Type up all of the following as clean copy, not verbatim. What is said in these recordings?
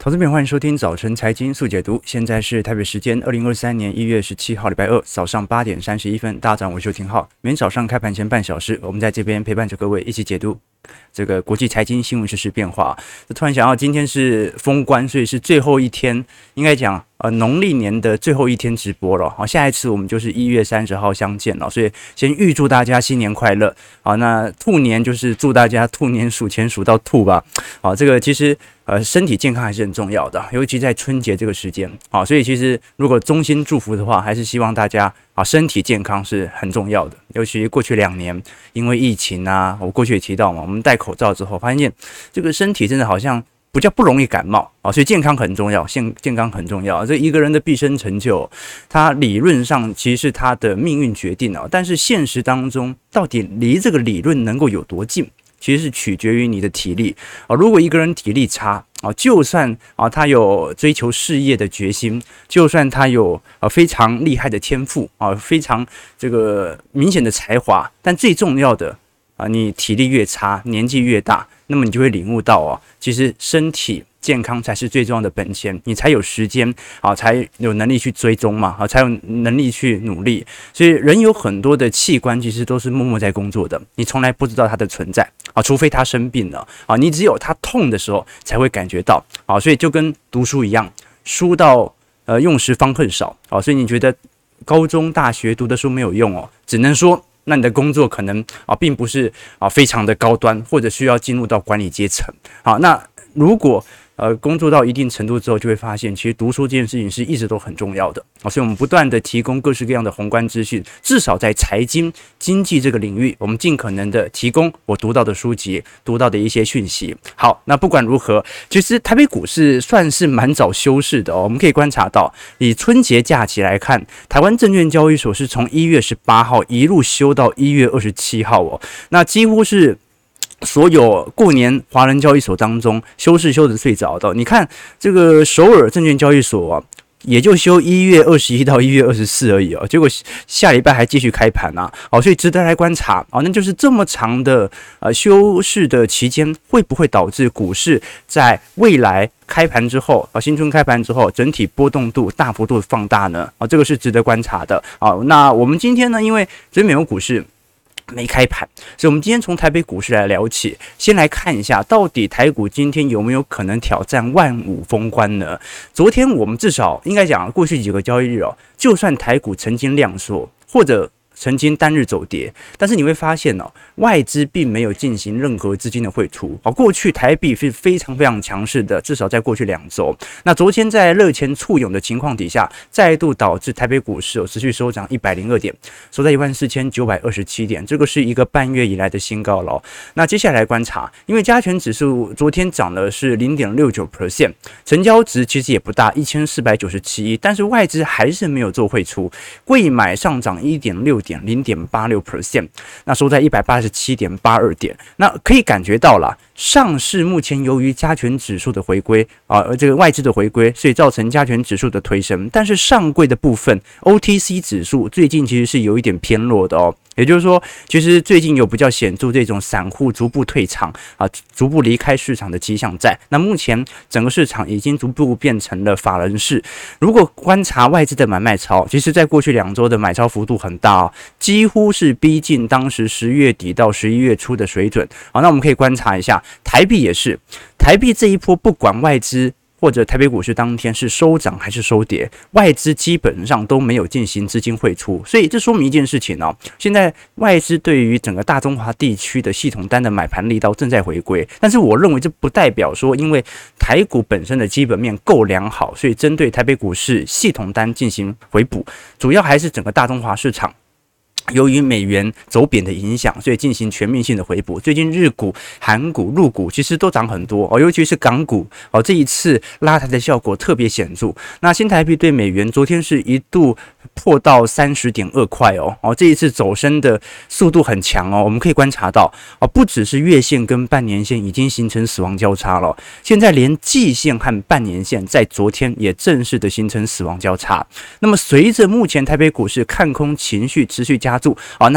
投资朋友，欢迎收听早晨财经速解读。现在是台北时间2023年1月17号礼拜二早上8点31分。大家早上，我是邱廷浩。每天早上开盘前半小时，我们在这边陪伴着各位一起解读这个国际财经新闻时事变化。突然想到今天是封关，所以是最后一天，应该讲农历年的最后一天直播了。好，下一次我们就是1月30号相见了。所以先预祝大家新年快乐。好，那兔年就是祝大家兔年数钱数到吐吧。好，这个其实身体健康还是很重要的，尤其在春节这个时间。好，所以其实如果衷心祝福的话，还是希望大家身体健康是很重要的。尤其过去2年因为疫情啊，我过去也提到嘛，我们戴口罩之后发现这个身体真的好像不容易感冒啊，所以健康很重要，健康很重要。这一个人的毕生成就，他理论上其实是他的命运决定啊，但是现实当中到底离这个理论能够有多近，其实是取决于你的体力啊。如果一个人体力差啊，就算他有追求事业的决心，就算他有非常厉害的天赋啊，非常这个明显的才华，但最重要的你体力越差，年纪越大，那么你就会领悟到其实身体健康才是最重要的本钱，你才有时间才有能力去追踪嘛，才有能力去努力。所以人有很多的器官其实都是默默在工作的，你从来不知道它的存在除非他生病了你只有他痛的时候才会感觉到所以就跟读书一样，书到用时方恨少所以你觉得高中大学读的书没有用只能说那你的工作可能并不是非常的高端，或者需要进入到管理阶层。好，那如果工作到一定程度之后，就会发现其实读书这件事情是一直都很重要的所以我们不断的提供各式各样的宏观资讯，至少在财经经济这个领域，我们尽可能的提供我读到的书籍，读到的一些讯息。好，那不管如何，其实台北股市算是蛮早休市的我们可以观察到，以春节假期来看，台湾证券交易所是从1月18号一路休到1月27号那几乎是所有过年华人交易所当中休市休得最早的。你看这个首尔证券交易所也就休1月21到1月24而已结果下礼拜还继续开盘所以值得来观察那就是这么长的休市的期间，会不会导致股市在未来开盘之后新春开盘之后，整体波动度大幅度放大呢这个是值得观察的那我们今天呢，因为这美国股市没开盘，所以我们今天从台北股市来聊起，先来看一下到底台股今天有没有可能挑战15000封关呢？昨天我们至少应该讲过去几个交易日就算台股曾经量缩或者曾经单日走跌，但是你会发现外资并没有进行任何资金的汇出过去台币是非常非常强势的，至少在过去2周。那昨天在热钱簇涌的情况底下，再度导致台北股市持续收涨102点，收在14927点，这个是一个半月以来的新高了那接下来观察，因为加权指数昨天涨的是 0.69%， 成交值其实也不大，1497亿，但是外资还是没有做汇出，柜买上涨1.6点 0.86%， 那收在187.82点。那可以感觉到啦，上市目前由于加权指数的回归这个外资的回归，所以造成加权指数的推升，但是上柜的部分 OTC 指数最近其实是有一点偏弱的也就是说，其实最近有比较显著这种散户逐步退场逐步离开市场的迹象在。那目前整个市场已经逐步变成了法人市。如果观察外资的买卖超，其实在过去2周的买超幅度很大几乎是逼近当时10月底到11月初的水准那我们可以观察一下台币也是，台币这一波不管外资或者台北股市当天是收涨还是收跌，外资基本上都没有进行资金汇出，所以这说明一件事情现在外资对于整个大中华地区的系统单的买盘力道正在回归，但是我认为这不代表说因为台股本身的基本面够良好，所以针对台北股市系统单进行回补，主要还是整个大中华市场由于美元走贬的影响，所以进行全面性的回补。最近日股、韩股、陆股其实都涨很多尤其是港股这一次拉抬的效果特别显著。那新台币对美元昨天是一度破到30.2块这一次走升的速度很强我们可以观察到不只是月线跟半年线已经形成死亡交叉了，现在连季线和半年线在昨天也正式的形成死亡交叉。那么随着目前台北股市看空情绪持续加注那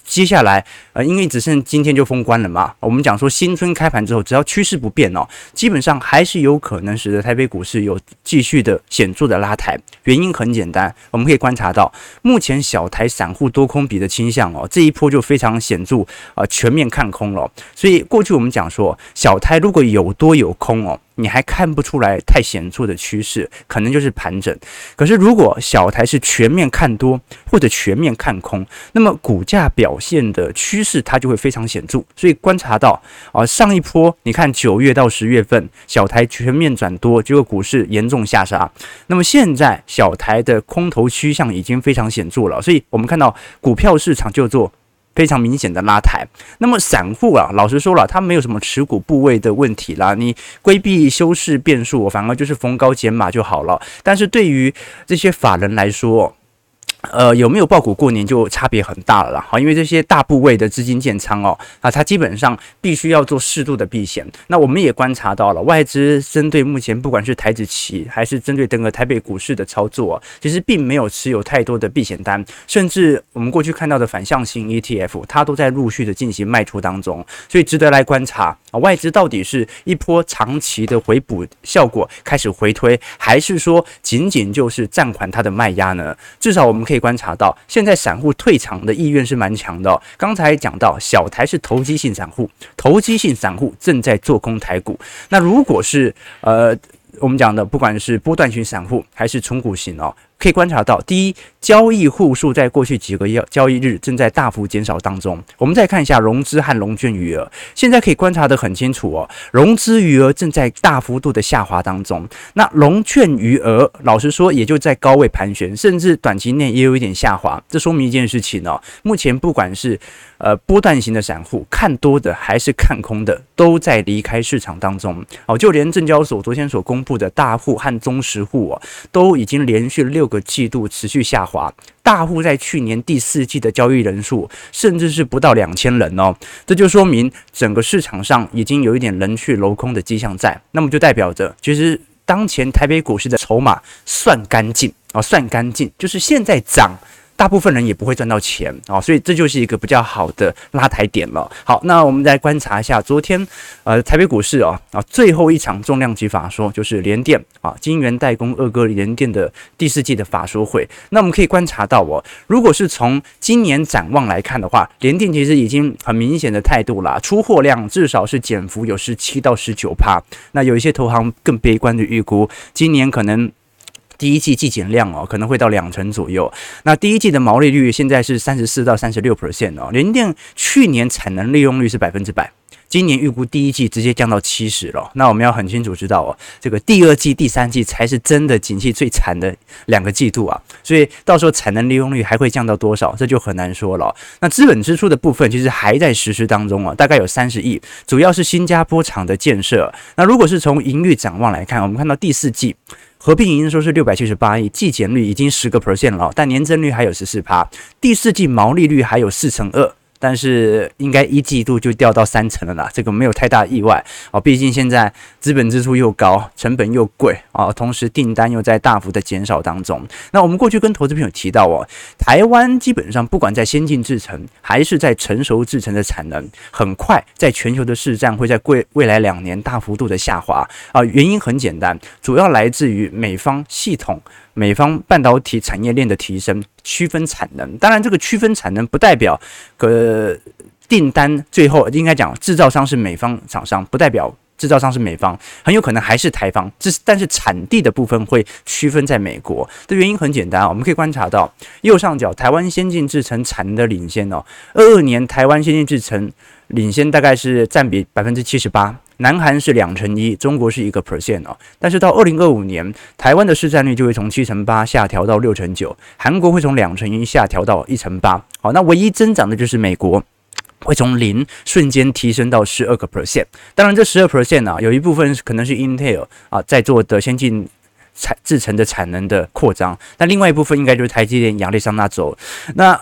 接下来因为只剩今天就封关了嘛，我们讲说新春开盘之后，只要趋势不变哦，基本上还是有可能使得台北股市有继续的显著的拉抬。原因很简单，我们可以观察到目前小台散户多空比的倾向哦，这一波就非常显著全面看空了。所以过去我们讲说小台如果有多有空哦，你还看不出来太显著的趋势，可能就是盘整。可是如果小台是全面看多或者全面看空，那么股价表现的趋势它就会非常显著。所以观察到上一波你看9月到10月份小台全面转多，结果股市严重下杀。那么现在小台的空头趋向已经非常显著了，所以我们看到股票市场就做非常明显的拉抬。那么散户老实说了，他没有什么持股部位的问题啦，你规避修饰变数，反而就是逢高减码就好了。但是对于这些法人来说，有没有抱股过年就差别很大了啦，因为这些大部位的资金建仓它基本上必须要做适度的避险。那我们也观察到了，外资针对目前不管是台指期还是针对整个台北股市的操作其实并没有持有太多的避险单，甚至我们过去看到的反向型 ETF， 它都在陆续的进行卖出当中，所以值得来观察外资到底是一波长期的回补效果开始回推，还是说仅仅就是暂缓它的卖压呢？至少我们可以观察到，现在散户退场的意愿是蛮强的刚才讲到，小台是投机性散户，投机性散户正在做空台股。那如果是我们讲的，不管是波段型散户还是纯股型可以观察到，第一，交易户数在过去几个交易日正在大幅减少当中。我们再看一下融资和融券余额，现在可以观察得很清楚融资余额正在大幅度的下滑当中。那融券余额，老实说也就在高位盘旋，甚至短期内也有一点下滑。这说明一件事情目前不管是波段型的散户看多的还是看空的，都在离开市场当中就连证交所昨天所公布的大户和中实户都已经连续6个季度持续下滑。大户在去年第4季的交易人数甚至是不到2000人这就说明整个市场上已经有一点人去楼空的迹象在。那么就代表着其实当前台北股市的筹码算干净算干净，就是现在涨大部分人也不会赚到钱所以这就是一个比较好的拉抬点了。好，那我们来观察一下昨天台北股市最后一场重量级法说，就是联电晶圆代工二哥联电的第4季的法说会。那我们可以观察到如果是从今年展望来看的话，联电其实已经很明显的态度啦，出货量至少是减幅有17%到19%。那有一些投行更悲观的预估，今年可能第一季季减量可能会到2成左右。那第一季的毛利率现在是34%到36%联电去年产能利用率是100%，今年预估第一季直接降到70%了。那我们要很清楚知道这个第2季、第3季才是真的景气最惨的2个季度所以到时候产能利用率还会降到多少，这就很难说了。那资本支出的部分其实还在实施当中大概有30亿，主要是新加坡厂的建设。那如果是从盈余展望来看，我们看到第4季合并营收是678亿，季减率已经10%了，但年增率还有14%。第4季毛利率还有2%，但是应该1季度就掉到3成了啦，这个没有太大意外毕竟现在资本支出又高，成本又贵同时订单又在大幅的减少当中。那我们过去跟投资朋友提到台湾基本上不管在先进制程还是在成熟制程的产能，很快在全球的市占会在未来2年大幅度的下滑原因很简单，主要来自于美方系统、美方半导体产业链的提升，区分产能。当然这个区分产能不代表订单最后应该讲制造商是美方厂商，不代表制造商是美方，很有可能还是台方，但是产地的部分会区分在美国。的原因很简单我们可以观察到右上角台湾先进制程产能的领先22年台湾先进制程领先大概是占比78%，南韩是1%，中国是1%但是到2025年，台湾的市占率就会从7%8下调到6%9%，韩国会从2%1下调到1%8。好，那唯一增长的就是美国，会从0瞬间提升到12%。当然，这12%有一部分可能是 Intel 在做的先进制程的产能的扩张，那另外一部分应该就是台积电、亚利桑那州。那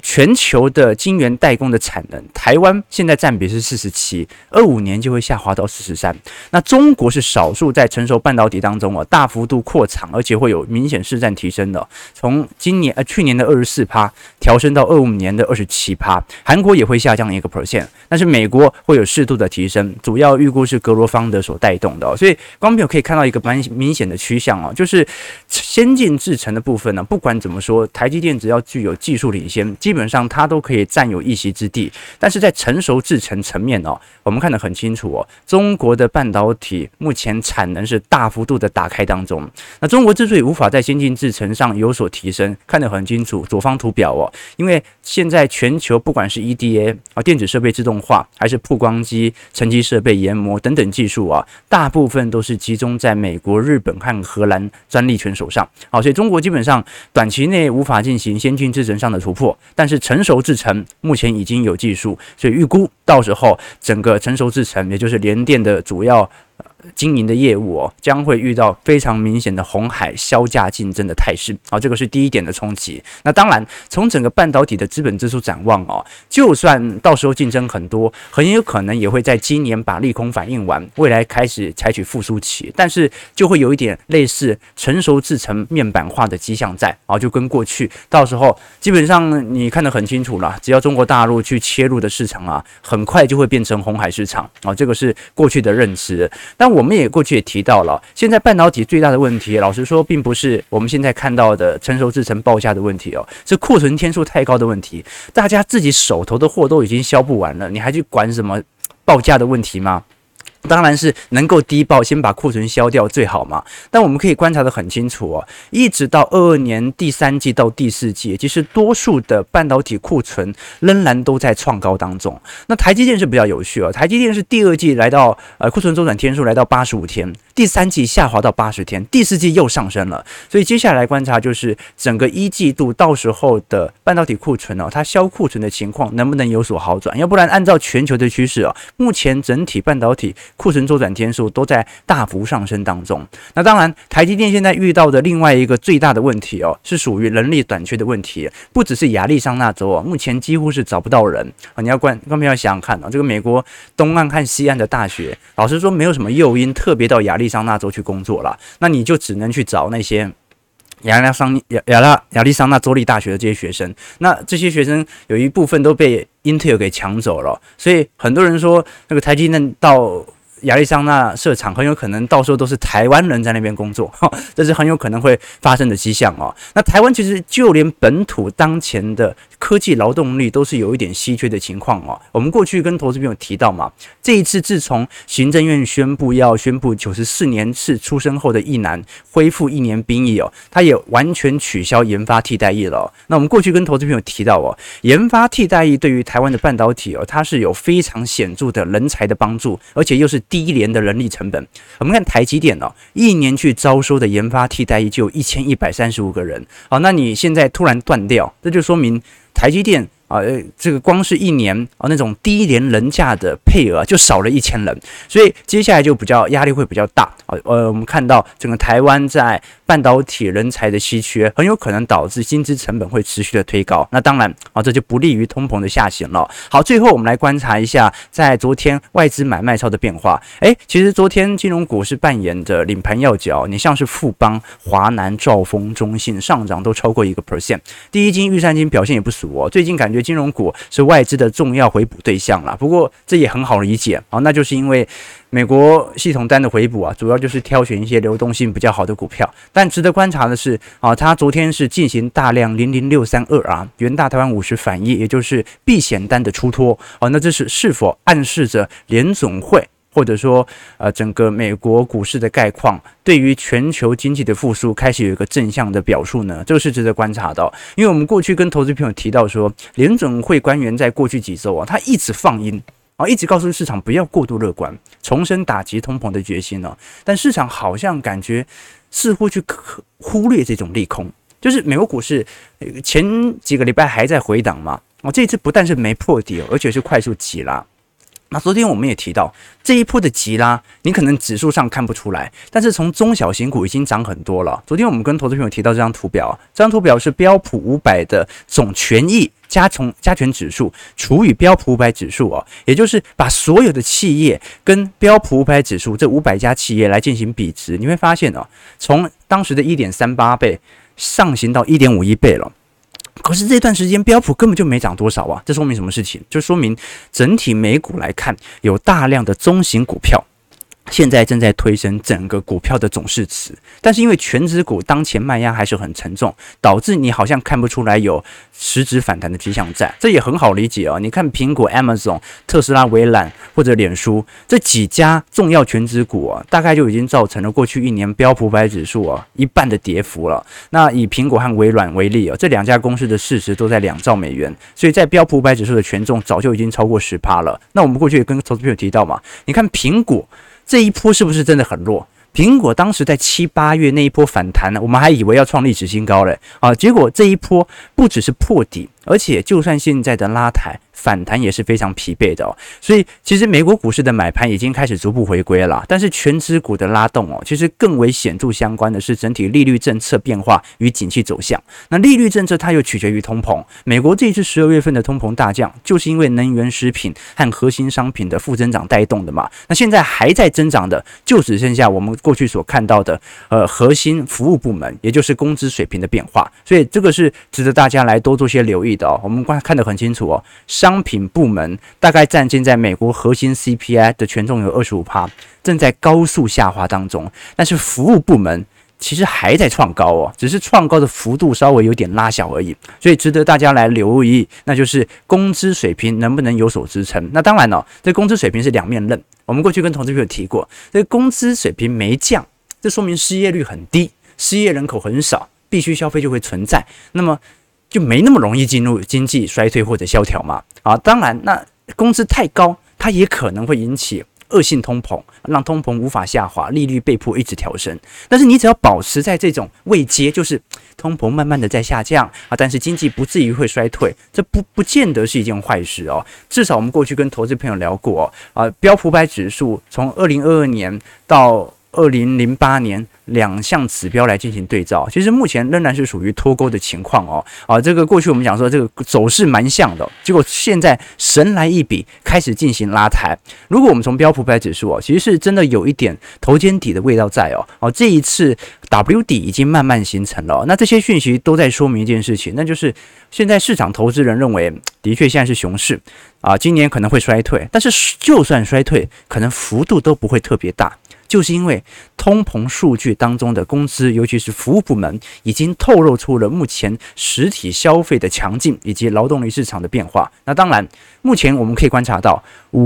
全球的晶圆代工的产能，台湾现在占比是47%，25年就会下滑到43%。那中国是少数在成熟半导体当中大幅度扩厂，而且会有明显市占提升的，从去年的24%调升到25年的27%。韩国也会下降1%，但是美国会有适度的提升，主要预估是格罗方德所带动的。所以观众朋友可以看到一个蛮明显的趋向就是先进制程的部分呢，不管怎么说，台积电只要具有技术领先，基本上它都可以占有一席之地。但是在成熟制程层面我们看得很清楚中国的半导体目前产能是大幅度的打开当中。那中国之所以无法在先进制程上有所提升，看得很清楚，左方图表因为现在全球不管是 EDA 电子设备自动化，还是曝光机、沉积设备研磨等等技术大部分都是集中在美国、日本和荷兰专利权手上。所以中国基本上短期内无法进行先进制程上的突破，但是成熟制程目前已经有技术，所以预估到时候整个成熟制程，也就是联电的主要经营的业务将会遇到非常明显的红海削价竞争的态势。这个是第一点的冲击。那当然，从整个半导体的资本支出展望就算到时候竞争很多，很有可能也会在今年把利空反应完，未来开始采取复苏期，但是就会有一点类似成熟制程面板化的迹象在就跟过去到时候基本上你看得很清楚了，只要中国大陆去切入的市场很快就会变成红海市场这个是过去的认知。但我们也过去也提到了，现在半导体最大的问题，老实说，并不是我们现在看到的成熟制程报价的问题是库存天数太高的问题。大家自己手头的货都已经销不完了，你还去管什么报价的问题吗？当然是能够低报，先把库存销掉最好嘛。但我们可以观察得很清楚一直到22年第3季到第4季，其实多数的半导体库存仍然都在创高当中。那台积电是比较有趣台积电是第2季来到库存周转天数来到85天，第3季下滑到80天，第4季又上升了。所以接下来观察就是整个1季度到时候的半导体库存它销库存的情况能不能有所好转？要不然按照全球的趋势目前整体半导体库存周转天数都在大幅上升当中。那当然，台积电现在遇到的另外一个最大的问题是属于人力短缺的问题。不只是亚利桑那州目前几乎是找不到人你要观众要想想看这个美国东岸和西岸的大学，老实说没有什么诱因特别到亚利桑那州去工作了，那你就只能去找那些亚利桑那州立大学的这些学生。那这些学生有一部分都被 Intel 给抢走了，所以很多人说那个台积电到亚利桑那设厂很有可能到时候都是台湾人在那边工作这是很有可能会发生的迹象那台湾其实就连本土当前的科技劳动力都是有一点稀缺的情况我们过去跟投资朋友提到嘛，这一次自从行政院宣布94年次出生后的役男恢复1年兵役他也完全取消研发替代役了那我们过去跟投资朋友提到研发替代役对于台湾的半导体它是有非常显著的人才的帮助，而且又是低廉的人力成本。我们看台积电1年去招收的研发替代役就有1135个人那你现在突然断掉，这就说明台积电这个光是1年那种低廉人价的配额就少了1000人，所以接下来就比较压力会比较大我们看到整个台湾在半导体人才的稀缺，很有可能导致薪资成本会持续的推高。那当然这就不利于通膨的下行了。好，最后我们来观察一下在昨天外资买卖超的变化。其实昨天金融股是扮演着领盘要角，你像是富邦、华南、兆丰、中信上涨都超过1%。第一金、玉山金表现也不俗最近感觉金融股是外资的重要回补对象啦。不过这也很好理解那就是因为美国系统单的回补主要就是挑选一些流动性比较好的股票。但值得观察的是它昨天是进行大量00632元大台湾50反一，也就是避险单的出脱那这是否暗示着联总会或者说整个美国股市的概况对于全球经济的复苏开始有一个正向的表述呢？这个是值得观察的因为我们过去跟投资朋友提到说，联准会官员在过去几周他一直放音一直告诉市场不要过度乐观，重申打击通膨的决心但市场好像感觉似乎去忽略这种利空，就是美国股市前几个礼拜还在回档嘛这一次不但是没破底而且是快速急拉。 那昨天我们也提到这一波的急拉，你可能指数上看不出来，但是从中小型股已经涨很多了。昨天我们跟投资朋友提到这张图表，这张图表是标普500的总权益加权指数除以标普500指数哦，也就是把所有的企业跟标普500指数这500家企业来进行比值，你会发现哦，从当时的 1.38 倍上行到 1.51 倍了。可是这段时间标普根本就没涨多少啊，这说明什么事情？就说明整体美股来看，有大量的中型股票现在正在推升整个股票的总市值，但是因为全指股当前卖压还是很沉重，导致你好像看不出来有实质反弹的迹象在。这也很好理解哦，你看苹果、Amazon、特斯拉、微软或者脸书这几家重要全指股啊，大概就已经造成了过去一年标普500指数啊一半的跌幅了。那以苹果和微软为例啊，这两家公司的市值都在2兆美元，所以在标普500指数的权重早就已经超过10%了。那我们过去也跟投资朋友提到嘛，你看苹果这一波是不是真的很弱？苹果当时在7、8月那一波反弹呢，我们还以为要创历史新高了啊，结果这一波不只是破底，而且就算现在的拉抬反弹也是非常疲惫的哦。所以其实美国股市的买盘已经开始逐步回归了，但是全指股的拉动哦，其实更为显著相关的是整体利率政策变化与景气走向。那利率政策它又取决于通膨，美国这一次12月份的通膨大降，就是因为能源、食品和核心商品的负增长带动的嘛。那现在还在增长的，就只剩下我们过去所看到的核心服务部门，也就是工资水平的变化。所以这个是值得大家来多做些留意的哦。我们看得很清楚哦，商品部门大概占现在美国核心 CPI 的权重有 25%， 正在高速下滑当中。但是服务部门其实还在创高哦，只是创高的幅度稍微有点拉小而已，所以值得大家来留意，那就是工资水平能不能有所支撑。那当然了，这工资水平是两面刃，我们过去跟投资朋友提过，这工资水平没降，这说明失业率很低，失业人口很少，必须消费就会存在，那么就没那么容易进入经济衰退或者萧条嘛。啊，当然，那工资太高，它也可能会引起恶性通膨，让通膨无法下滑，利率被迫一直调升。但是你只要保持在这种位阶，就是通膨慢慢的在下降啊，但是经济不至于会衰退，这不见得是一件坏事哦。至少我们过去跟投资朋友聊过标普500指数从2022年到2008年两项指标来进行对照，其实目前仍然是属于脱钩的情况哦。这个过去我们讲说这个走势蛮像的，结果现在神来一笔开始进行拉抬。如果我们从标普500指数其实是真的有一点头肩底的味道在这一次 W 底已经慢慢形成了那这些讯息都在说明一件事情，那就是现在市场投资人认为的确现在是熊市今年可能会衰退，但是就算衰退，可能幅度都不会特别大。就是因为通膨数据当中的工资，尤其是服务部门，已经透露出了目前实体消费的强劲以及劳动力市场的变化。那当然，目前我们可以观察到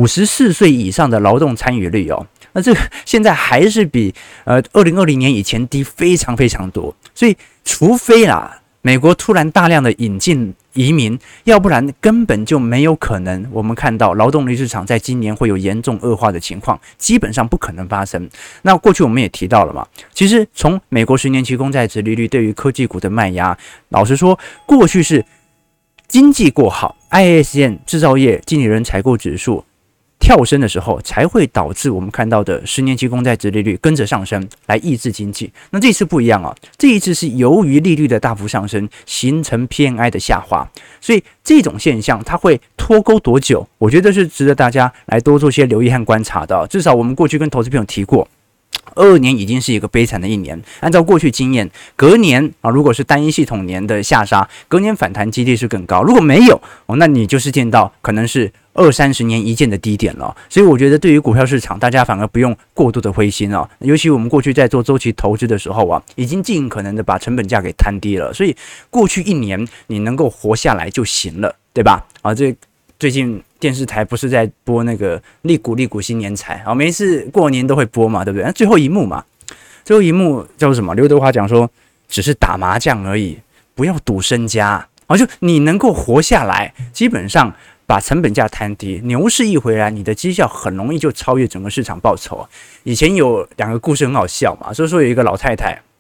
54岁以上的劳动参与率那这个现在还是比2020年以前低非常非常多。所以，除非美国突然大量的引进移民，要不然根本就没有可能我们看到劳动力市场在今年会有严重恶化的情况，基本上不可能发生。那过去我们也提到了嘛，其实从美国10年期公债殖利率对于科技股的卖压，老实说，过去是经济过好 ，ISM 制造业经理人采购指数跳升的时候，才会导致我们看到的10年期公债殖利率跟着上升，来抑制经济。那这次不一样这一次是由于利率的大幅上升，形成 PMI 的下滑，所以这种现象它会脱钩多久？我觉得是值得大家来多做些留意和观察的。至少我们过去跟投资朋友提过。22年已经是一个悲惨的一年，按照过去经验，隔年如果是单一系统年的下杀，隔年反弹几率是更高。如果没有那你就是见到可能是20-30年一见的低点了。所以我觉得对于股票市场，大家反而不用过度的灰心尤其我们过去在做周期投资的时候已经尽可能的把成本价给摊低了，所以过去一年你能够活下来就行了，对吧？这最近电视台不是在播那个利股新年财每一次过年都会播嘛，对不对？最后一幕叫做什么？刘德华讲说，只是打麻将而已，不要赌身家就你能够活下来，基本上把成本价摊低，牛市一回来，你的绩效很容易就超越整个市场报酬。以前有2个故事很好笑嘛，说有一个老太太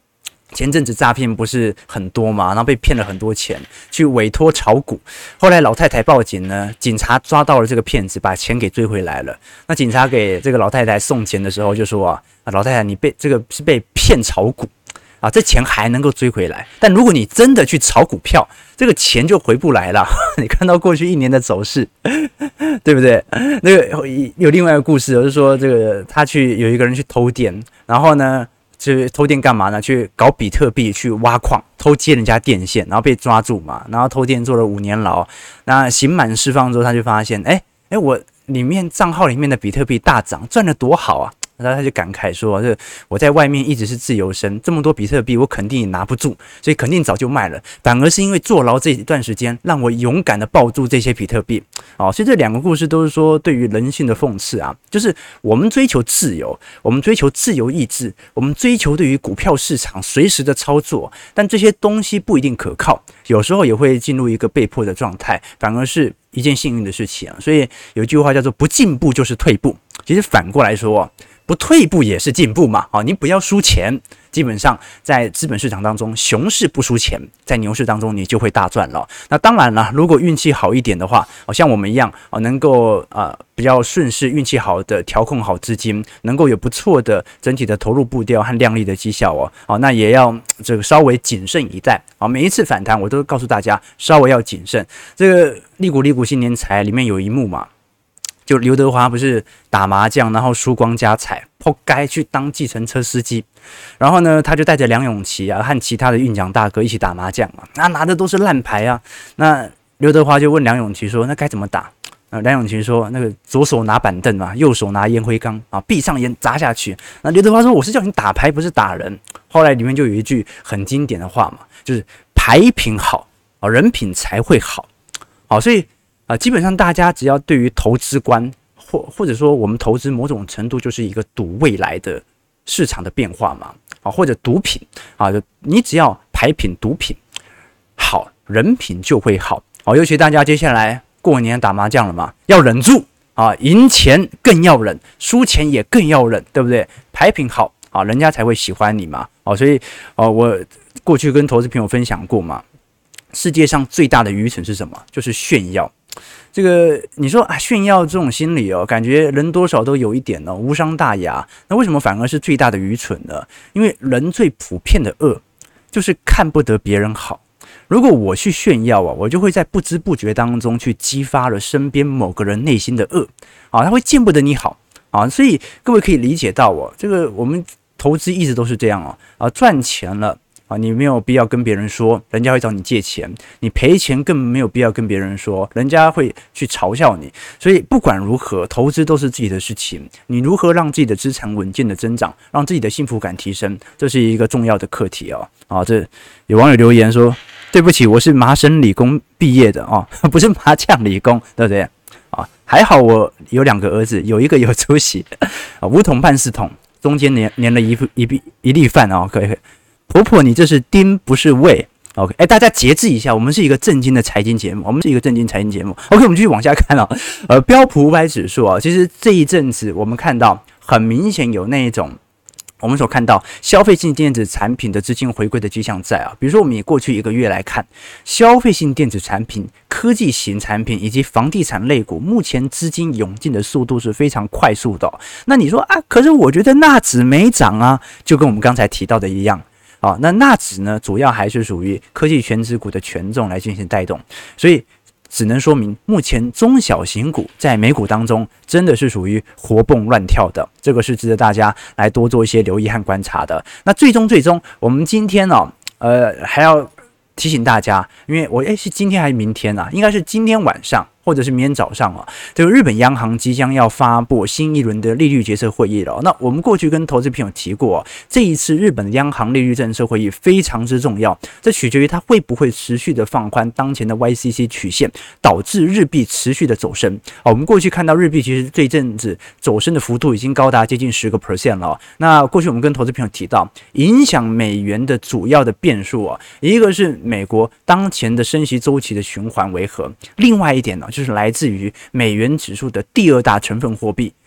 前阵子诈骗不是很多嘛，然后被骗了很多钱，去委托炒股。后来老太太报警呢，警察抓到了这个骗子，把钱给追回来了。那警察给这个老太太送钱的时候就说啊，老太太你是被骗炒股啊，这钱还能够追回来，但如果你真的去炒股票，这个钱就回不来了。你看到过去1年的走势，对不对？那个有另外一个故事，就是说这个有一个人去偷电，然后呢。去偷电干嘛呢？去搞比特币，去挖矿，偷接人家电线，然后被抓住嘛。然后偷电坐了5年牢。那刑满释放之后，他就发现，我账号里面的比特币大涨，赚得多好啊！然后他就感慨说：“我在外面一直是自由身，这么多比特币我肯定也拿不住，所以肯定早就卖了。反而是因为坐牢这一段时间，让我勇敢的抱住这些比特币。哦，所以这2个故事都是说对于人性的讽刺啊，就是我们追求自由，我们追求自由意志，我们追求对于股票市场随时的操作，但这些东西不一定可靠，有时候也会进入一个被迫的状态，反而是一件幸运的事情啊。所以有一句话叫做“不进步就是退步”，其实反过来说。不退步也是进步嘛，你不要输钱。基本上在资本市场当中，熊市不输钱，在牛市当中你就会大赚了。那当然了，如果运气好一点的话，像我们一样能够比较顺势，运气好的调控好资金，能够有不错的整体的投入步调和亮丽的绩效那也要这个稍微谨慎以待每一次反弹我都告诉大家稍微要谨慎。这个利股新年财里面有一幕嘛。就刘德华不是打麻将，然后输光家财，扑街去当计程车司机，然后呢，他就带着梁咏琪和其他的运奖大哥一起打麻将嘛，拿的都是烂牌啊。那刘德华就问梁咏琪说：“那该怎么打？”梁咏琪说：“那个左手拿板凳嘛，右手拿烟灰缸闭上眼砸下去。”那刘德华说：“我是叫你打牌，不是打人。”后来里面就有一句很经典的话嘛，就是牌品好人品才会好。所以。基本上大家只要对于投资观，或者说我们投资某种程度就是一个赌未来的市场的变化嘛，或者赌品你只要牌品赌品好，人品就会好。尤其大家接下来过年打麻将了嘛，要忍住赢钱更要忍，输钱也更要忍，对不对？牌品好人家才会喜欢你嘛。所以我过去跟投资朋友分享过嘛，世界上最大的愚蠢是什么？就是炫耀。这个你说炫耀这种心理感觉人多少都有一点无伤大雅。那为什么反而是最大的愚蠢呢？因为人最普遍的恶就是看不得别人好。如果我去炫耀我就会在不知不觉当中去激发了身边某个人内心的恶他会见不得你好所以各位可以理解到这个我们投资一直都是这样赚钱了。你没有必要跟别人说，人家会找你借钱；你赔钱更没有必要跟别人说，人家会去嘲笑你。所以不管如何，投资都是自己的事情。你如何让自己的资产稳健的增长，让自己的幸福感提升，这是一个重要的课题这有网友留言说：“对不起，我是麻省理工毕业的不是麻将理工，对不对？”还好我有2个儿子，有一个有出息，5桶半4桶，中间粘了一粒饭可以。婆婆，你这是丁不是胃 ，OK？ 大家节制一下，我们是一个正经的财经节目，OK？ 我们继续往下看标普500指数其实这一阵子我们看到很明显有那一种。我们所看到消费性电子产品的资金回归的迹象在比如说我们以过去1个月来看，消费性电子产品、科技型产品以及房地产类股，目前资金涌进的速度是非常快速的那你说可是我觉得纳指没涨就跟我们刚才提到的一样。那纳指呢，主要还是属于科技权值股的权重来进行带动，所以只能说明目前中小型股在美股当中真的是属于活蹦乱跳的，这个是值得大家来多做一些留意和观察的。那最终我们今天还要提醒大家，因为是今天还是明天应该是今天晚上或者是明天早上这个日本央行即将要发布新一轮的利率决策会议了。那我们过去跟投资朋友提过这一次日本的央行利率政策会议非常之重要，这取决于它会不会持续的放宽当前的 YCC 曲线，导致日币持续的走升我们过去看到日币其实这一阵子走升的幅度已经高达接近10% 了那过去我们跟投资朋友提到，影响美元的主要的变数一个是美国当前的升息周期的循环为何，另外一点就是来自于美元指数的第2大成分货币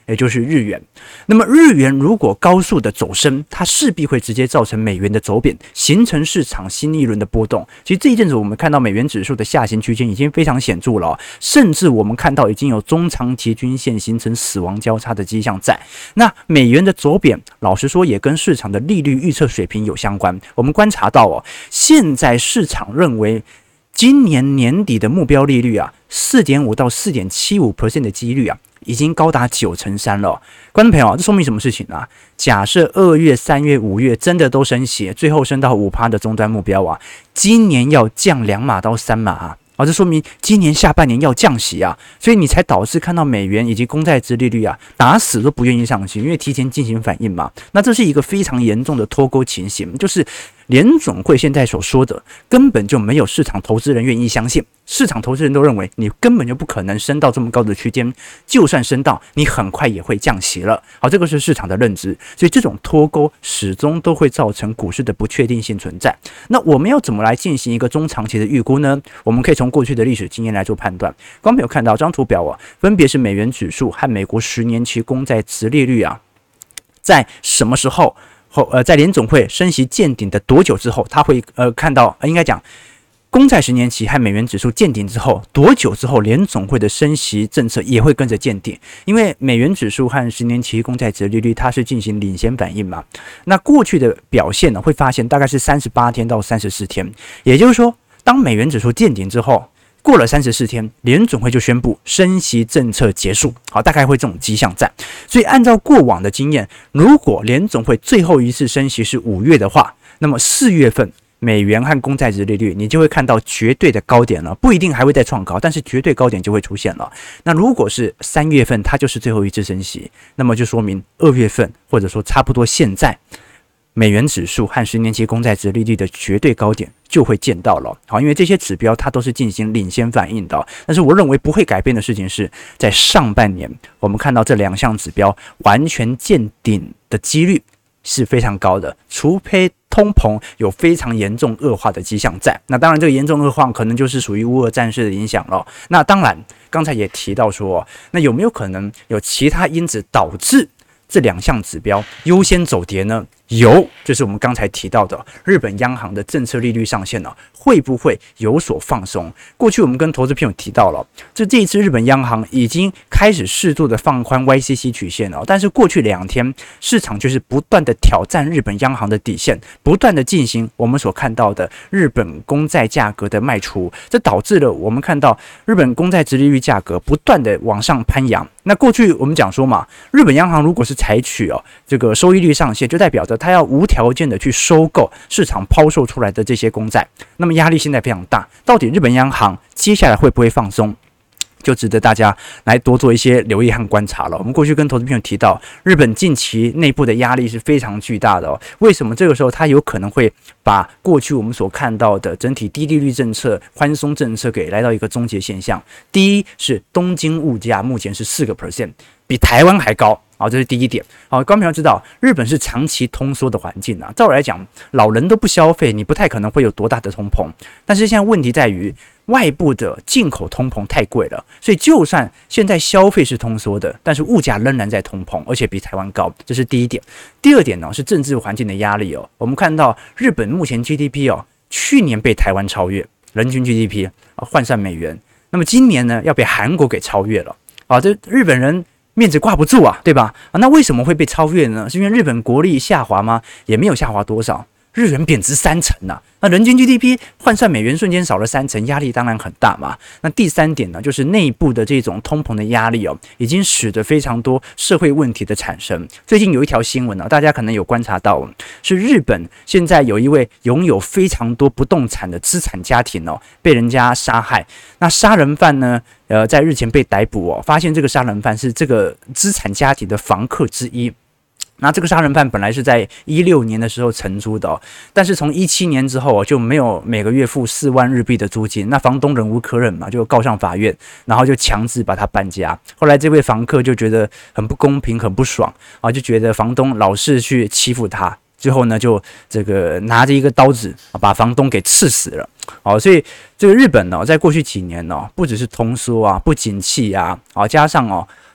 也就是日元。那么日元如果高速的走升，它势必会直接造成美元的走贬，形成市场新一轮的波动。其实这一阵子我们看到美元指数的下行区间已经非常显著了，甚至我们看到已经有中长期均线形成死亡交叉的迹象在。那美元的走贬，老实说也跟市场的利率预测水平有相关。我们观察到现在市场认为今年年底的目标利率4.5%到4.75% 的几率已经高达93%了。观众朋友，这说明什么事情啊？假设2月、3月、5月真的都升息，最后升到 5% 的终端目标今年要降2码到3码这说明今年下半年要降息所以你才导致看到美元以及公债殖利率打死都不愿意上行，因为提前进行反应嘛。那这是一个非常严重的脱钩情形，就是联总会现在所说的根本就没有市场投资人愿意相信，市场投资人都认为你根本就不可能升到这么高的区间，就算升到，你很快也会降息了。好，这个是市场的认知，所以这种脱钩始终都会造成股市的不确定性存在。那我们要怎么来进行一个中长期的预估呢？我们可以从过去的历史经验来做判断。刚没有看到这张图表分别是美元指数和美国10年期公债殖利率在什么时候在联总会升息见顶的多久之后，他会看到应该讲公债10年期和美元指数见顶之后多久之后，联总会的升息政策也会跟着见顶，因为美元指数和10年期公债殖利率它是进行领先反应嘛。那过去的表现会发现大概是38天到34天，也就是说，当美元指数见顶之后，过了34天，联总会就宣布升息政策结束，好，大概会这种迹象在。所以按照过往的经验，如果联总会最后一次升息是5月的话，那么4月份美元和公债殖利率你就会看到绝对的高点了，不一定还会再创高，但是绝对高点就会出现了。那如果是3月份它就是最后一次升息，那么就说明2月份或者说差不多现在美元指数和10年期公债殖利率的绝对高点就会见到了。好，因为这些指标它都是进行领先反应的。但是我认为不会改变的事情是，在上半年我们看到这2项指标完全见顶的几率是非常高的，除非通膨有非常严重恶化的迹象在。那当然这个严重恶化可能就是属于乌俄战事的影响了。那当然刚才也提到说，那有没有可能有其他因子导致这2项指标优先走跌呢？有，就是我们刚才提到的日本央行的政策利率上限会不会有所放松？过去我们跟投资朋友提到了，这一次日本央行已经开始适度的放宽 YCC 曲线了，但是过去2天市场就是不断的挑战日本央行的底线，不断的进行我们所看到的日本公债价格的卖出，这导致了我们看到日本公债殖利率价格不断的往上攀扬。那过去我们讲说嘛，日本央行如果是采取这个收益率上限，就代表着它要无条件的去收购市场抛售出来的这些公债，那么压力现在非常大。到底日本央行接下来会不会放松，就值得大家来多做一些留意和观察了。我们过去跟投资朋友提到，日本近期内部的压力是非常巨大的为什么这个时候它有可能会把过去我们所看到的整体低利率政策、宽松政策给来到一个终结现象？第一是东京物价目前是4%，比台湾还高。好，这是第一点。好，观众朋友知道，日本是长期通缩的环境照理来讲，老人都不消费，你不太可能会有多大的通膨。但是现在问题在于，外部的进口通膨太贵了，所以就算现在消费是通缩的，但是物价仍然在通膨，而且比台湾高。这是第一点。第二点是政治环境的压力我们看到日本目前 GDP 去年被台湾超越，人均 GDP 换算美元，那么今年呢要被韩国给超越了。这日本人面子挂不住对吧？那为什么会被超越呢？是因为日本国力下滑吗？也没有下滑多少，日元贬值30%那人均 GDP 换算美元瞬间少了30%，压力当然很大嘛。那第三点呢，就是内部的这种通膨的压力已经使得非常多社会问题的产生。最近有一条新闻大家可能有观察到，是日本现在有一位拥有非常多不动产的资产家庭被人家杀害。那杀人犯呢，在日前被逮捕发现这个杀人犯是这个资产家庭的房客之一。那这个杀人犯本来是在16年的时候承租的但是从17年之后就没有每个月付4万日币的租金，那房东忍无可忍嘛，就告上法院，然后就强制把他搬家。后来这位房客就觉得很不公平，很不爽就觉得房东老是去欺负他，最后呢就这个拿着一个刀子把房东给刺死了。所以这个日本在过去几年不只是通缩不景气加上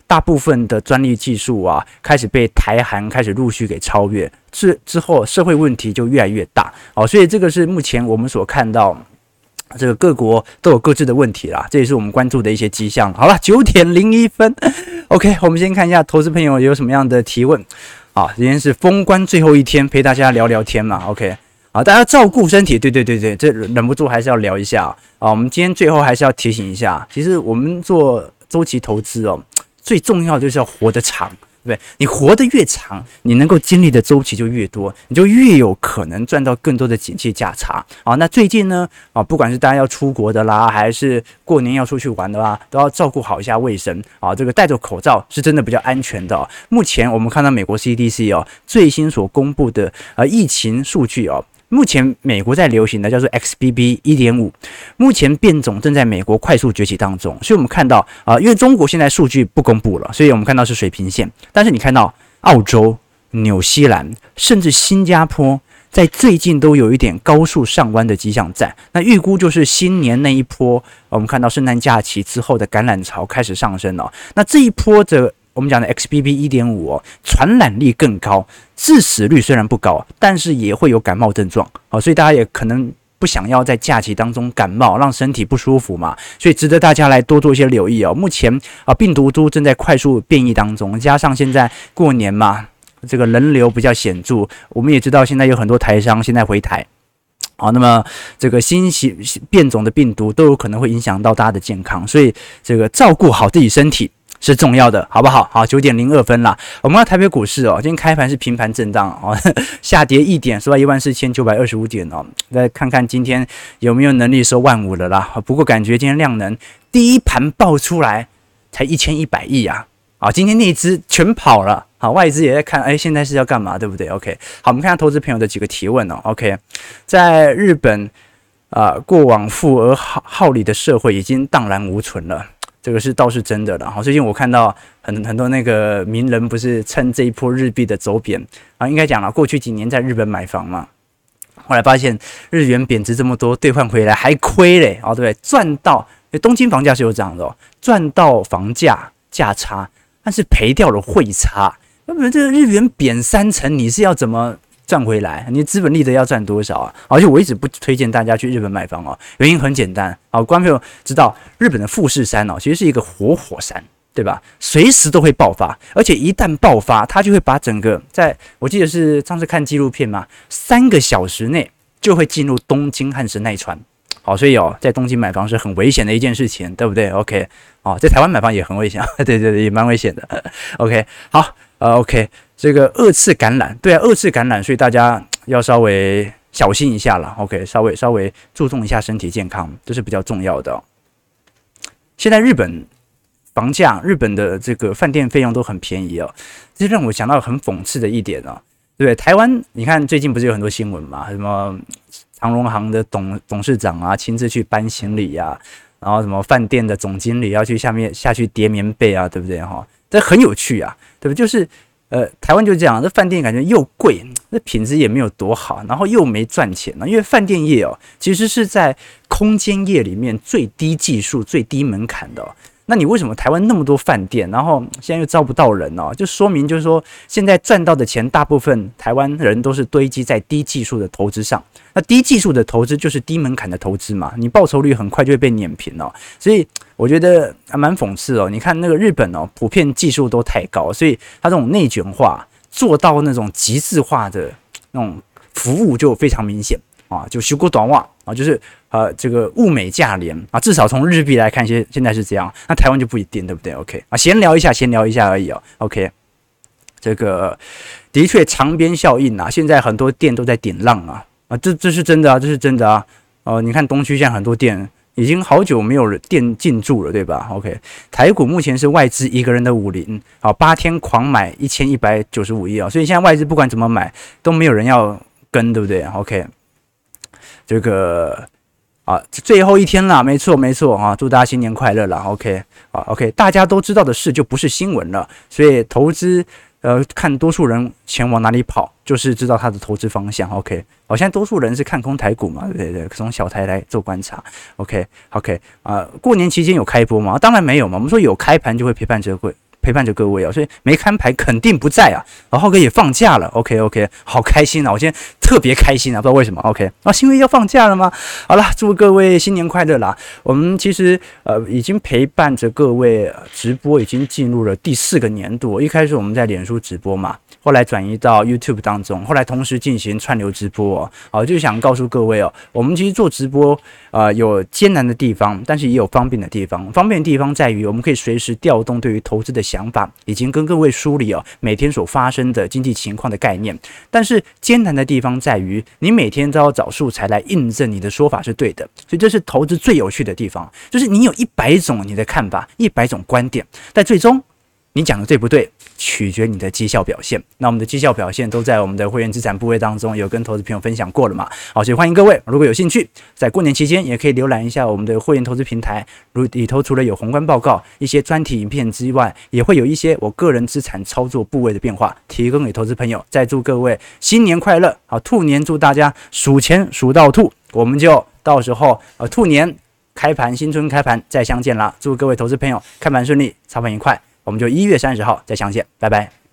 大部分的专利技术啊，开始被台韩开始陆续给超越，之后社会问题就越来越大哦，所以这个是目前我们所看到。这个各国都有各自的问题啦，这也是我们关注的一些迹象。好了，9:01 ，OK， 我们先看一下投资朋友有什么样的提问。好，今天是封关最后一天，陪大家聊聊天嘛 ，OK。好，大家照顾身体，对，这忍不住还是要聊一下啊。我们今天最后还是要提醒一下，其实我们做周期投资哦，最重要就是要活得长。对，你活得越长，你能够经历的周期就越多，你就越有可能赚到更多的景气价差啊。那最近呢，不管是大家要出国的啦，还是过年要出去玩的啦，都要照顾好一下卫生啊。这个戴着口罩是真的比较安全的。目前我们看到美国 CDC 最新所公布的疫情数据目前美国在流行的叫做 XBB 1.5，目前变种正在美国快速崛起当中，所以我们看到因为中国现在数据不公布了，所以我们看到是水平线，但是你看到澳洲、纽西兰甚至新加坡在最近都有一点高速上弯的迹象在，那预估就是新年那一波，我们看到圣诞假期之后的感染潮开始上升了，那这一波的我们讲的 XBB 1.5传染力更高，致死率虽然不高，但是也会有感冒症状所以大家也可能不想要在假期当中感冒，让身体不舒服嘛，所以值得大家来多做一些留意目前病毒株正在快速变异当中，加上现在过年嘛，这个人流比较显著，我们也知道现在有很多台商现在回台。好，那么这个新变种的病毒都有可能会影响到大家的健康，所以这个照顾好自己身体是重要的，好不好？好，9:02啦。我们看台北股市今天开盘是平盘震荡下跌1点，收在14925点再看看今天有没有能力收15000了啦。不过感觉今天量能第一盘爆出来才1100亿啊！今天那只全跑了。好，外资也在看，现在是要干嘛，对不对 ？OK， 好，我们看看投资朋友的几个提问OK， 在日本过往富而好礼的社会已经荡然无存了。这个是倒是真的了。最近我看到很多那个名人不是趁这一波日币的走贬应该讲了，过去几年在日本买房嘛，后来发现日元贬值这么多，兑换回来还亏嘞对不对？赚到东京房价是有涨的赚到房价价差，但是赔掉了汇差。那么这个日元贬30%，你是要怎么赚回来？你资本利得要赚多少而且我一直不推荐大家去日本买房原因很简单观众朋友知道日本的富士山其实是一个活火山，对吧？随时都会爆发，而且一旦爆发，它就会把整个我记得是上次看纪录片嘛，3个小时内就会进入东京和神奈川。所以在东京买房是很危险的一件事情，对不对 ？OK， 在台湾买房也很危险，对，也蛮危险的。OK， 好，OK， 这个2次感染，对2次感染，所以大家要稍微小心一下了。OK， 稍微注重一下身体健康，这是比较重要的现在日本房价，日本的这个饭店费用都很便宜这让我想到很讽刺的一点对不对？台湾你看最近不是有很多新闻嘛，什么长荣航的董事长亲自去搬行李然后什么饭店的总经理要去下去叠棉被对不对这很有趣对不对？就是台湾就这样，这饭店感觉又贵，这品质也没有多好，然后又没赚钱因为饭店业其实是在空间业里面最低技术、最低门槛的那你为什么台湾那么多饭店，然后现在又招不到人就说明就是说，现在赚到的钱大部分台湾人都是堆积在低技术的投资上。那低技术的投资就是低门槛的投资嘛，你报酬率很快就会被碾平所以我觉得还蛮讽刺你看那个日本普遍技术都太高，所以它这种内卷化做到那种极致化的那种服务就非常明显就修过短袜就是这个物美价廉至少从日币来看，现在是这样。那台湾就不一定，对不对 ？OK 闲聊一下而已OK， 这个的确长边效应现在很多店都在顶浪这是真的这是真的你看东区现在很多店已经好久没有店进驻了，对吧 ？OK， 台股目前是外资一个人的508天狂买1195亿所以现在外资不管怎么买都没有人要跟，对不对 ？OK。这个最后一天了，没错祝大家新年快乐啦 OK， 大家都知道的事就不是新闻了，所以投资看多数人钱往哪里跑，就是知道他的投资方向 OK。现在多数人是看空台股嘛，对，从小台来做观察 OK， 过年期间有开播吗？当然没有嘛，我们说有开盘就会陪陪伴着各位所以没看牌肯定不在浩哥也放假了 ，OK， 好开心我今天特别开心不知道为什么 ，OK， 是因为要放假了吗？好了，祝各位新年快乐啦！我们其实已经陪伴着各位直播，已经进入了第4个年度。一开始我们在脸书直播嘛，后来转移到 YouTube 当中，后来同时进行串流直播就想告诉各位我们其实做直播有艰难的地方，但是也有方便的地方。方便的地方在于我们可以随时调动对于投资的想法，已经跟各位梳理每天所发生的经济情况的概念。但是艰难的地方在于，你每天都要找素材来印证你的说法是对的，所以这是投资最有趣的地方，就是你有100种你的看法，100种观点，但最终你讲的对不对，取决你的绩效表现。那我们的绩效表现都在我们的会员资产部位当中有跟投资朋友分享过了嘛？好，所以欢迎各位，如果有兴趣，在过年期间也可以浏览一下我们的会员投资平台，里头除了有宏观报告、一些专题影片之外，也会有一些我个人资产操作部位的变化，提供给投资朋友。再祝各位新年快乐！好，兔年祝大家数钱数到吐，我们就到时候兔年开盘，新春开盘再相见啦！祝各位投资朋友开盘顺利，操盘愉快。我们就1月30号再相见，拜拜。